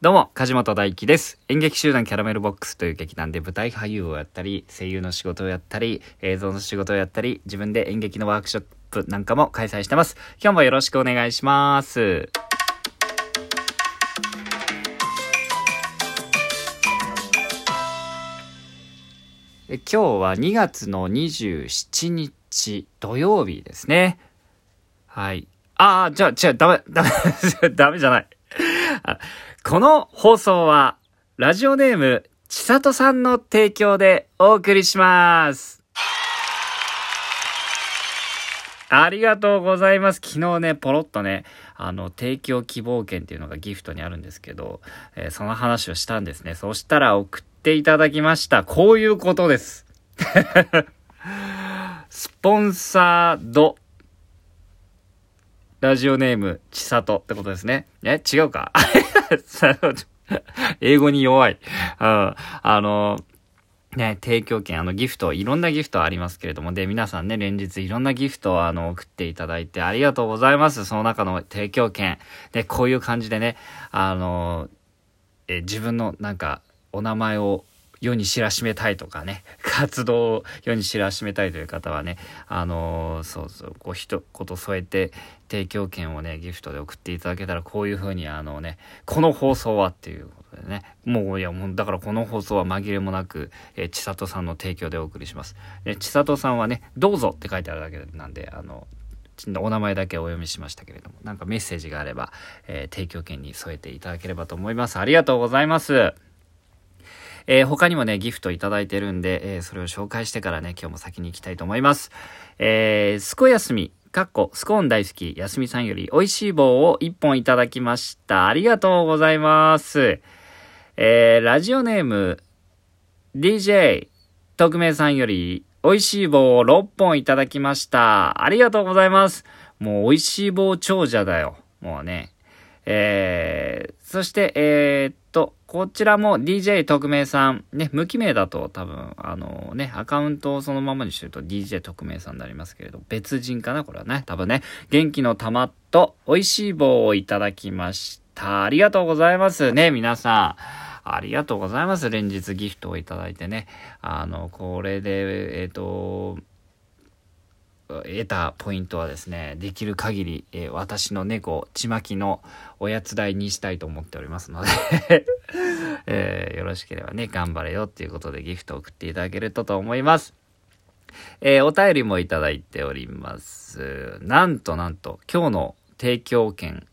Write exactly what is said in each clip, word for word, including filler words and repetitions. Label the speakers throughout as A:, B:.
A: どうも、梶本大輝です。演劇集団キャラメルボックスという劇団で舞台俳優をやったり、声優の仕事をやったり、映像の仕事をやったり、自分で演劇のワークショップなんかも開催してます。今日もよろしくお願いします。え今日はにがつのにじゅうしちにち土曜日ですね。はい。ああ、じゃあ、違う、ダメ、ダメ、ダメじゃない。この放送はラジオネームちさとさんの提供でお送りします。ありがとうございます。昨日ねポロッとねあの提供希望券っていうのがギフトにあるんですけど、えー、その話をしたんですね。そしたら送っていただきました。こういうことですスポンサードラジオネームちさとってことですね。え、違うか英語に弱い。うん、あの、ね、提供券、あのギフト、いろんなギフトありますけれども、で、皆さんね、連日いろんなギフトをあの送っていただいてありがとうございます。その中の提供券。で、こういう感じでね、あの、え自分のなんか、お名前を世に知らしめたいとかね、活動を世に知らしめたいという方はね、あのー、そうそう、こう一言添えて提供券をねギフトで送っていただけたら、こういう風にあのね、この放送はっていうことでね、もういやもうだからこの放送は紛れもなく、えー、ちさとさんの提供でお送りします。で、ちさとさんはね、どうぞって書いてあるだけなんで、あのお名前だけお読みしましたけれども、なんかメッセージがあれば、えー、提供券に添えていただければと思います。ありがとうございます。えー、他にもねギフトいただいてるんで、えー、それを紹介してからね今日も先に行きたいと思います。えー、すこやすみかっこスコーン大好きやすみさんよりおいしい棒をいっぽんいただきました。ありがとうございます。えー、ラジオネーム ディージェー 特命さんよりおいしい棒をろっぽんいただきました。ありがとうございます。もうおいしい棒長者だよもうね。えー、そしてえー、っとこちらも ディージェー 特命さんね、無記名だと多分あのねアカウントをそのままにしてると ディージェー 特命さんになりますけれど、別人かなこれはね、多分ね。元気の玉と美味しい棒をいただきました。ありがとうございますね、皆さんありがとうございます。連日ギフトをいただいてね、あのこれでえっと得たポイントはですね、できる限り、えー、私の猫ちまきのおやつ代にしたいと思っておりますので、えー、よろしければね頑張れよっていうことでギフトを送っていただけるとと思います。えー、お便りもいただいております。なんとなんと今日の提供券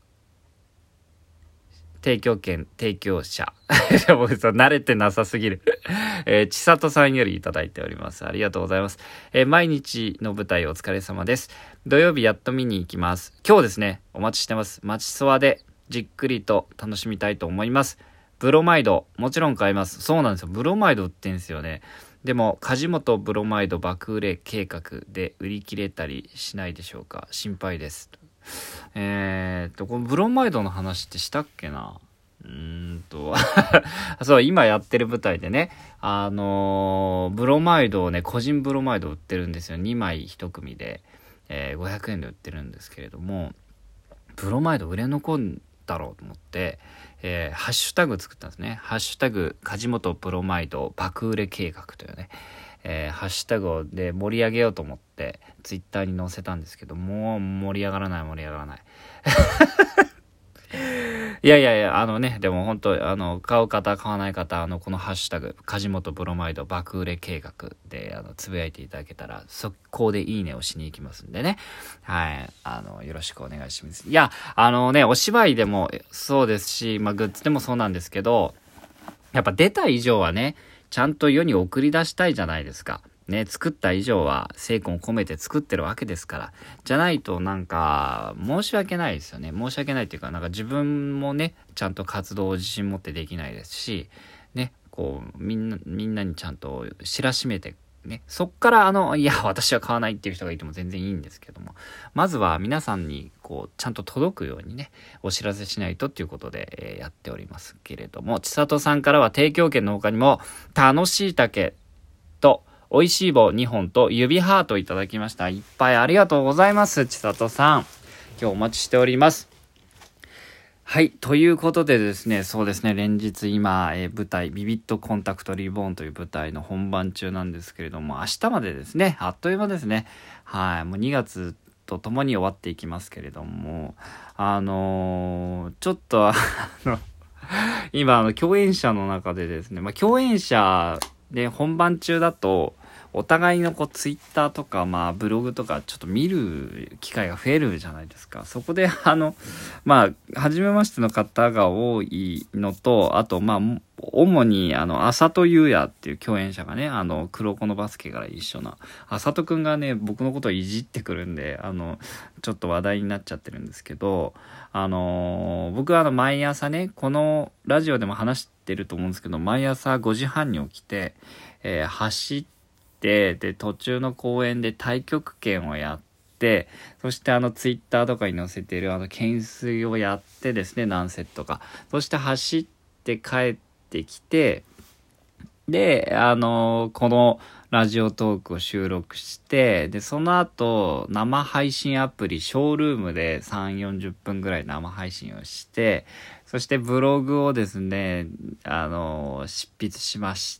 A: 提供券提供者もう慣れてなさすぎる、えー、ちさとさんよりいただいております。ありがとうございます。えー、毎日の舞台お疲れ様です。土曜日やっと見に行きます。今日ですね、お待ちしてます。町そわでじっくりと楽しみたいと思います。ブロマイドもちろん買います。そうなんですよ、ブロマイド売ってんすよね。でも梶本ブロマイド爆売れ計画で売り切れたりしないでしょうか、心配です。えーっとこのブロマイドの話ってしたっけな。うーんとそう、今やってる舞台でね、あのー、ブロマイドをね、個人ブロマイド売ってるんですよ。にまいいち組で、えー、ごひゃくえんで売ってるんですけれども、ブロマイド売れ残るんだろうと思って、えー、ハッシュタグ作ったんですね。ハッシュタグ梶本ブロマイド爆売れ計画というね、えー、ハッシュタグで盛り上げようと思ってツイッターに載せたんですけど、もう盛り上がらない盛り上がらないいやいやいや、あのね、でも本当あの買う方買わない方、あのこのハッシュタグ梶本ブロマイド爆売れ計画であのつぶやいていただけたら速攻でいいねをしに行きますんでね、はい、あのよろしくお願いします。いや、あのね、お芝居でもそうですし、まあグッズでもそうなんですけど、やっぱ出た以上はねちゃんと世に送り出したいじゃないですかね。作った以上は精魂を込めて作ってるわけですから、じゃないとなんか申し訳ないですよね。申し訳ないっていうか、なんか自分もねちゃんと活動を自信持ってできないですしね、こうみんなみんなにちゃんと知らしめてね、そっからあのいや私は買わないっていう人がいても全然いいんですけども、まずは皆さんにこうちゃんと届くようにねお知らせしないとっていうことで、えー、やっておりますけれども、ちさとさんからは提供券の他にも楽しい竹とおいしい棒にほんと指ハートいただきました。いっぱいありがとうございます。ちさとさん今日お待ちしております。 はい。ということでですね、そうですね、連日今、えー舞台、ビビットコンタクトリボーンという舞台の本番中なんですけれども、明日までですね、あっという間ですね。はい。もうにがつとともに終わっていきますけれども、あのーちょっと、あの、今、あの、共演者の中でですね、まあ、共演者で本番中だと、お互いのこうツイッターとか、まあ、ブログとかちょっと見る機会が増えるじゃないですか。そこで、あの、まあ、初めましての方が多いのと、あと、まあ、主に、あの、浅戸優也っていう共演者がね、あの、黒子のバスケから一緒な、浅戸くんがね、僕のことをいじってくるんで、あの、ちょっと話題になっちゃってるんですけど、あのー僕はあの、毎朝ね、このラジオでも話してると思うんですけど、毎朝ごじはんに起きて、えー走って、で、途中の公園で太極拳をやって、そしてあのツイッターとかに載せてるあの懸垂をやってですね、何セットか。そして走って帰ってきて、で、あのこのラジオトークを収録して、で、その後、生配信アプリ、ショールームでさんじゅう、よんじゅっぷんぐらい生配信をして、そしてブログをですね、あの執筆しまして、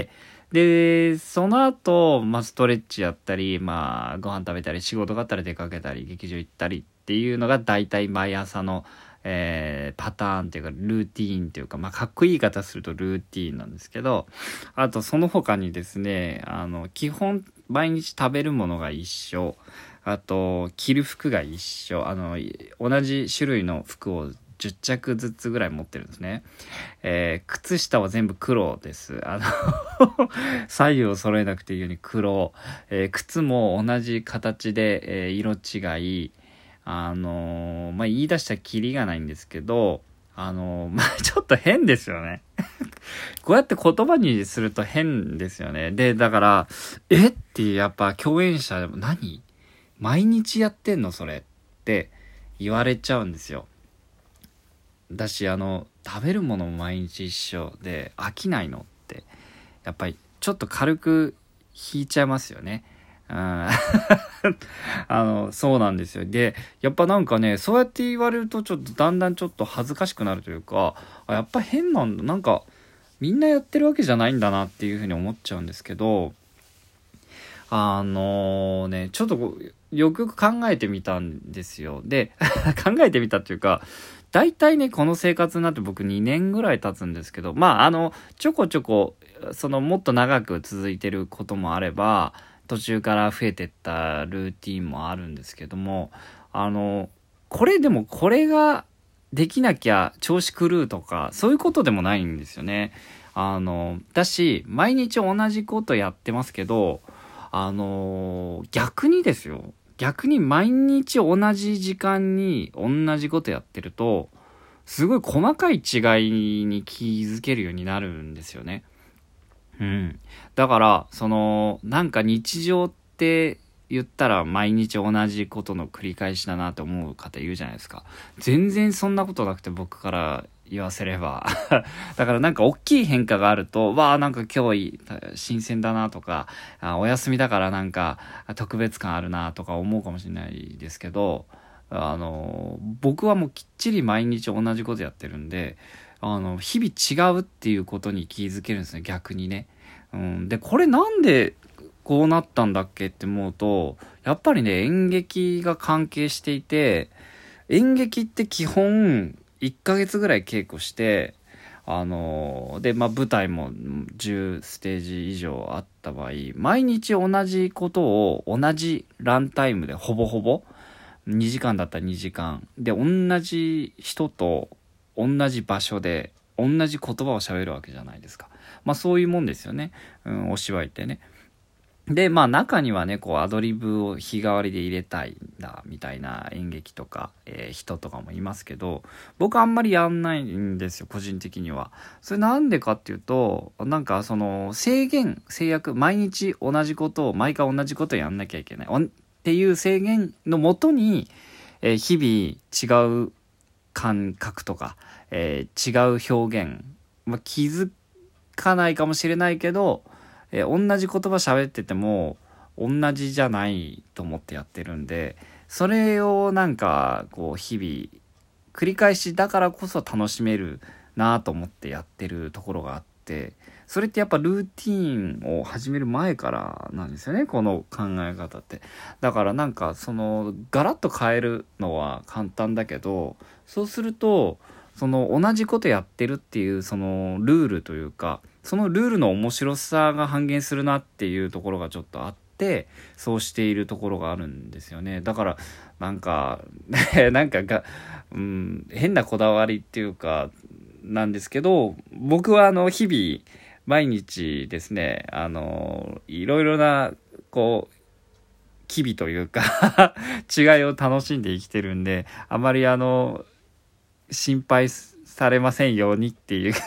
A: で、その後、まあ、ストレッチやったり、まあ、ご飯食べたり、仕事があったら出かけたり、劇場行ったりっていうのが大体毎朝の、えーパターンっていうか、ルーティーンっていうか、まあ、かっこいい言い方するとルーティーンなんですけど、あと、その他にですね、あの、基本、毎日食べるものが一緒。あと、着る服が一緒。あの、同じ種類の服をじゅっちゃくずつぐらい持ってるんですね。えー靴下は全部黒です。あの左右を揃えなくていいように黒。えー靴も同じ形で、えー色違い。あのーまあ、言い出したらキリがないんですけど、あのーまあ、ちょっと変ですよね。こうやって言葉にすると変ですよね。で、だから、えってやっぱ共演者でも何毎日やってんのそれって言われちゃうんですよ。だし、あの、食べるものも毎日一緒で飽きないのって、やっぱりちょっと軽く引いちゃいますよね。うん、あの、そうなんですよ。で、やっぱなんかね、そうやって言われるとちょっとだんだんちょっと恥ずかしくなるというか、あやっぱ変なんだ。なんか、みんなやってるわけじゃないんだなっていうふうに思っちゃうんですけど、あのね、ちょっとこうよくよく考えてみたんですよ。で、考えてみたっていうか、大体ね、この生活になって僕にねんぐらい経つんですけど、まあ、あの、ちょこちょこ、そのもっと長く続いてることもあれば、途中から増えてったルーティンもあるんですけども、あの、これでもこれができなきゃ調子狂うとか、そういうことでもないんですよね。あの、だし、毎日同じことやってますけど、あのー逆にですよ。逆に毎日同じ時間に同じことやってると、すごい細かい違いに気づけるようになるんですよね。うん。だから、その、なんか日常って言ったら毎日同じことの繰り返しだなって思う方いるじゃないですか。全然そんなことなくて僕から言わせれば。だからなんか大きい変化があると、わあなんか今日新鮮だなとか、あお休みだからなんか特別感あるなとか思うかもしれないですけど、あの、僕はもうきっちり毎日同じことやってるんで、あの、日々違うっていうことに気づけるんですね、逆にね。うん、で、これなんでこうなったんだっけって思うと、やっぱりね、演劇が関係していて、演劇って基本いっかげつぐらい稽古して、あので、まあ、舞台もじゅうステージ以上あった場合、毎日同じことを同じランタイムでほぼほぼ、にじかんだったらにじかん。で、同じ人と同じ場所で同じ言葉を喋るわけじゃないですか。まあそういうもんですよね。うん、お芝居ってね。で、まあ中にはね、こうアドリブを日替わりで入れたいんだ、みたいな演劇とか、えー人とかもいますけど、僕あんまりやんないんですよ、個人的には。それなんでかっていうと、なんかその制限、制約、毎日同じことを、毎回同じことをやんなきゃいけない。おんっていう制限のもとに、えー日々違う感覚とか、えー違う表現、まあ、気づかないかもしれないけど、えー同じ言葉喋ってても同じじゃないと思ってやってるんで、それをなんかこう日々 繰り返しだからこそ楽しめるなと思ってやってるところがあって、それってやっぱルーティーンを始める前からなんですよね、この考え方って。だからなんかそのガラッと変えるのは簡単だけど、そうするとその同じことやってるっていうそのルールというか、そのルールの面白さが半減するなっていうところがちょっとあって、そうしているところがあるんですよね。だからなんかなんかが、うん、変なこだわりっていうかなんですけど、僕はあの日々毎日ですね、あのいろいろなこう機微というか違いを楽しんで生きてるんで、あまりあの心配されませんようにっていう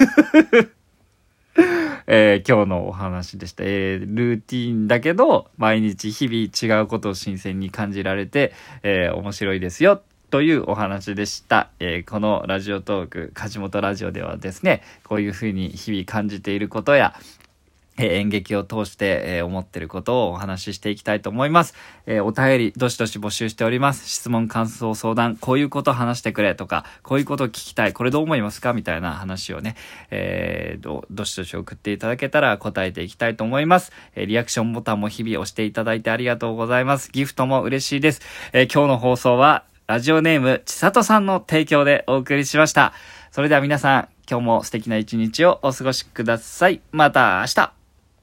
A: えー、今日のお話でした。えー、ルーティーンだけど毎日日々違うことを新鮮に感じられて、えー、面白いですよというお話でした。えー、このラジオトーク梶本ラジオではですね、こういうふうに日々感じていることやえ演劇を通して、えー、思っていることをお話ししていきたいと思います。えー、お便りどしどし募集しております。質問、感想、相談、こういうこと話してくれとか、こういうこと聞きたい、これどう思いますかみたいな話をね、えー、ど、どしどし送っていただけたら答えていきたいと思います。えー、リアクションボタンも日々押していただいてありがとうございます。ギフトも嬉しいです。えー、今日の放送はラジオネームちさとさんの提供でお送りしました。それでは皆さん、今日も素敵な一日をお過ごしください。また明日。